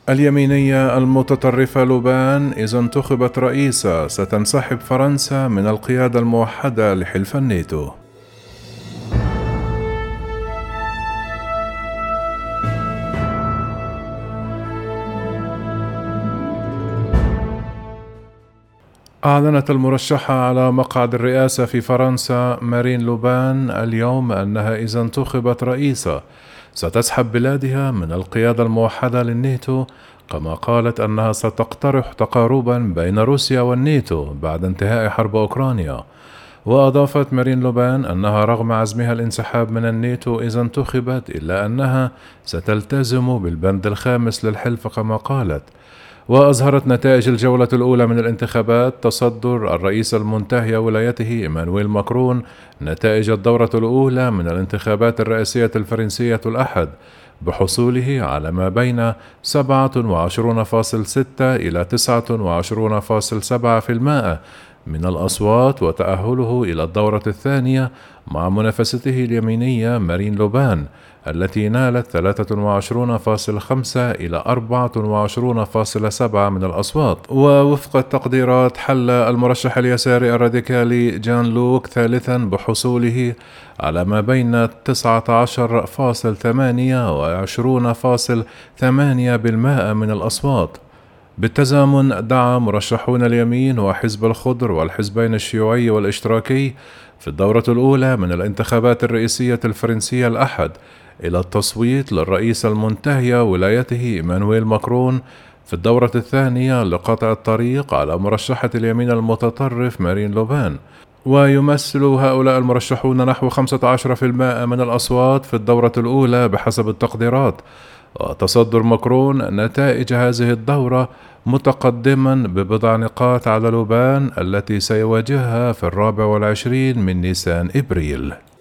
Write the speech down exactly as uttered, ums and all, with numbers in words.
اليمينية المتطرفة لوبان إذا انتخبت رئيسة ستنسحب فرنسا من القيادة الموحدة لحلف الناتو. أعلنت المرشحة على مقعد الرئاسة في فرنسا مارين لوبان اليوم أنها إذا انتخبت رئيسة ستسحب بلادها من القيادة الموحدة للناتو، كما قالت أنها ستقترح تقاربا بين روسيا والناتو بعد انتهاء حرب أوكرانيا. وأضافت مارين لوبان أنها رغم عزمها الانسحاب من الناتو إذا انتخبت إلا أنها ستلتزم بالبند الخامس للحلف كما قالت. وأظهرت نتائج الجولة الأولى من الانتخابات تصدر الرئيس المنتهي ولايته إيمانويل ماكرون نتائج الدورة الأولى من الانتخابات الرئاسية الفرنسية الأحد بحصوله على ما بين سبعة وعشرين فاصلة ستة إلى تسعة وعشرين فاصلة سبعة بالمئة من الأصوات، وتأهله إلى الدورة الثانية مع منافسته اليمينية مارين لوبان التي نالت ثلاثة وعشرين فاصلة خمسة إلى أربعة وعشرين فاصلة سبعة من الأصوات. ووفق التقديرات حل المرشح اليساري الراديكالي جان لوك ثالثا بحصوله على ما بين تسعة عشر فاصلة ثمانية وعشرين فاصلة ثمانية بالمئة من الأصوات. بالتزامن دعا مرشحون اليمين وحزب الخضر والحزبين الشيوعي والاشتراكي في الدورة الأولى من الانتخابات الرئاسية الفرنسية الأحد إلى التصويت للرئيس المنتهي ولايته إيمانويل ماكرون في الدورة الثانية لقطع الطريق على مرشحة اليمين المتطرف مارين لوبان. ويمثل هؤلاء المرشحون نحو خمسة عشر بالمئة من الأصوات في الدورة الأولى بحسب التقديرات. وتصدر ماكرون نتائج هذه الدورة متقدما ببضع نقاط على لوبان التي سيواجهها في الرابع والعشرين من نيسان إبريل.